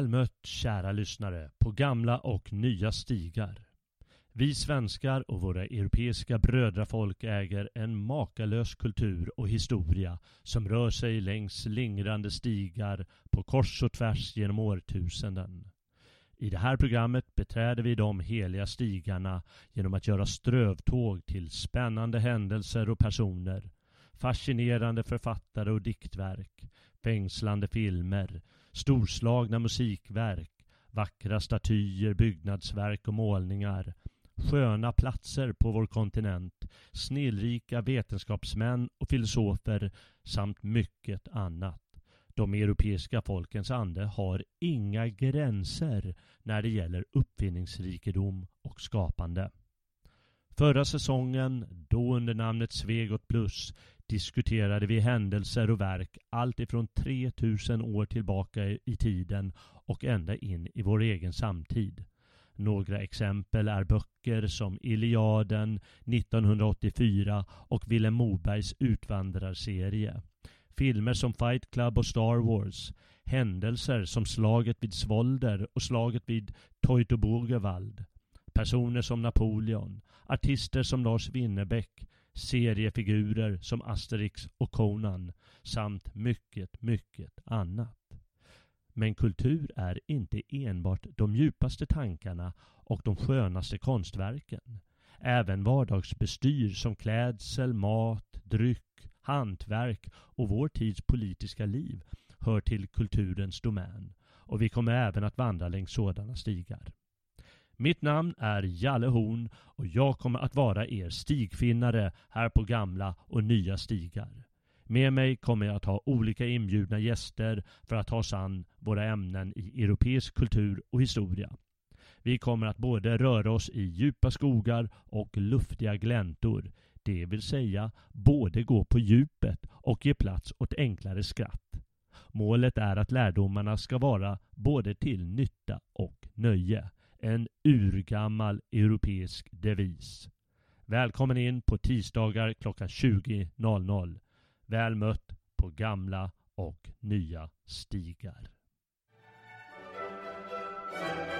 Väl mött, kära lyssnare, på gamla och nya stigar. Vi svenskar och våra europeiska brödrafolk äger en makalös kultur och historia som rör sig längs slingrande stigar på kors och tvärs genom årtusenden. I det här programmet beträder vi de heliga stigarna genom att göra strövtåg till spännande händelser och personer, fascinerande författare och diktverk, fängslande filmer, storslagna musikverk, vackra statyer, byggnadsverk och målningar, sköna platser på vår kontinent, snillrika vetenskapsmän och filosofer samt mycket annat. De europeiska folkens ande har inga gränser när det gäller uppfinningsrikedom och skapande. Förra säsongen, då under namnet Svegot Plus, diskuterade vi händelser och verk allt ifrån 3000 år tillbaka i tiden och ända in i vår egen samtid. Några exempel är böcker som Iliaden 1984 och Vilhelm Mobergs Utvandrarserie. Filmer som Fight Club och Star Wars. Händelser som slaget vid Svolder och slaget vid Teutoburgerwald. Personer som Napoleon. Artister som Lars Winnerbäck. Seriefigurer som Asterix och Conan. Samt mycket, mycket annat. Men kultur är inte enbart de djupaste tankarna och de skönaste konstverken. Även vardagsbestyr som klädsel, mat, dryck, hantverk och vår tids politiska liv hör till kulturens domän. Och vi kommer även att vandra längs sådana stigar. Mitt namn är Jalle Horn och jag kommer att vara er stigfinnare här på gamla och nya stigar. Med mig kommer jag att ha olika inbjudna gäster för att ta oss an våra ämnen i europeisk kultur och historia. Vi kommer att både röra oss i djupa skogar och luftiga gläntor, det vill säga både gå på djupet och ge plats åt enklare skratt. Målet är att lärdomarna ska vara både till nytta och nöje. En urgammal europeisk devis. Välkommen in på tisdagar klockan 20.00. Väl mött på gamla och nya stigar.